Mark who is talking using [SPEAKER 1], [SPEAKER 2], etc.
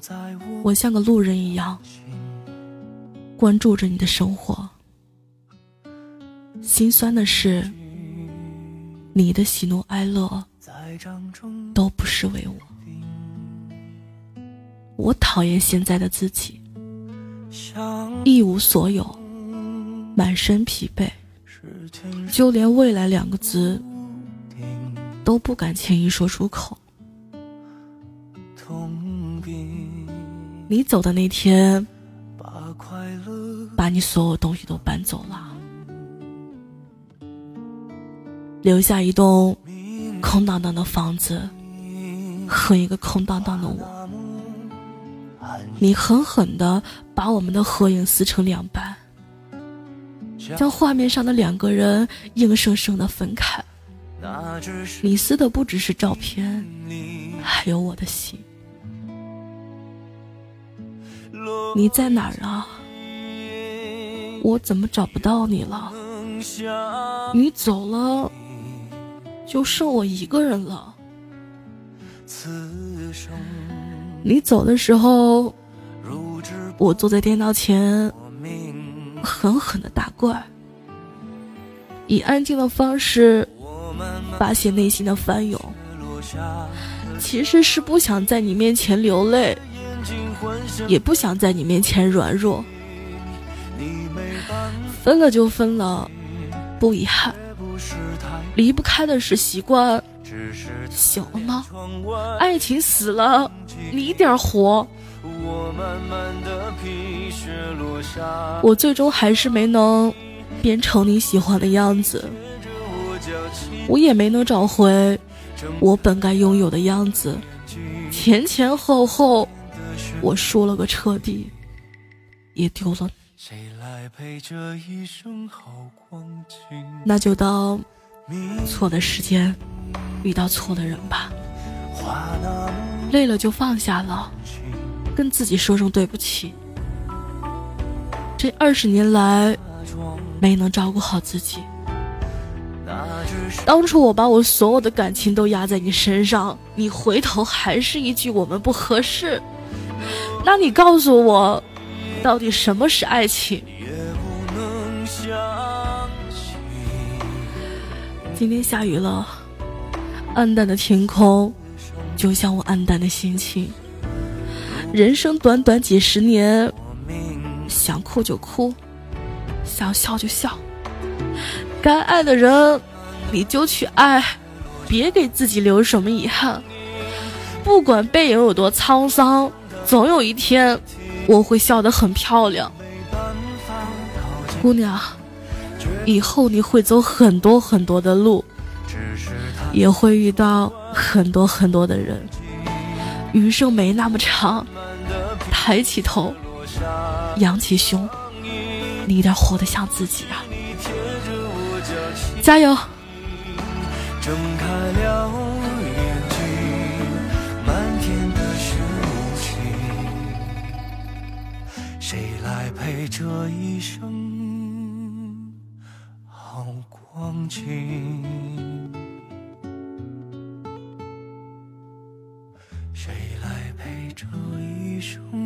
[SPEAKER 1] 我像个路人一样关注着你的生活。心酸的是，你的喜怒哀乐都不是为我。我讨厌现在的自己，一无所有，满身疲惫，就连未来2个字都不敢轻易说出口。你走的那天，把你所有东西都搬走了，留下一栋空荡荡的房子和一个空荡荡的我。你狠狠地把我们的合影撕成2半，将画面上的2个人硬生生地分开。你撕的不只是照片，还有我的心。你在哪儿啊？我怎么找不到你了？你走了，就剩我一个人了。你走的时候，我坐在电脑前狠狠地打怪，以安静的方式发泄内心的翻涌，其实是不想在你面前流泪，也不想在你面前软弱。分了就分了，不遗憾。离不开的是习惯，行了，爱情死了，你一点活。我最终还是没能变成你喜欢的样子，我也没能找回我本该拥有的样子。前前后后，我输了个彻底，也丢了。那就当错的时间遇到错的人吧，累了就放下了，跟自己说声对不起。这20年来没能照顾好自己，当初我把我所有的感情都压在你身上，你回头还是一句我们不合适。那你告诉我，到底什么是爱情？今天下雨了，暗淡的天空就像我暗淡的心情。人生短短几十年，想哭就哭，想笑就笑，该爱的人你就去爱，别给自己留什么遗憾。不管背影有多沧桑，总有一天我会笑得很漂亮。姑娘，以后你会走很多很多的路，也会遇到很多很多的人。余生没那么长，抬起头，扬起胸，你一定活得像自己啊！加油！睁开了眼睛，漫天的诗情，谁来陪这一生好光景？谁来陪这一生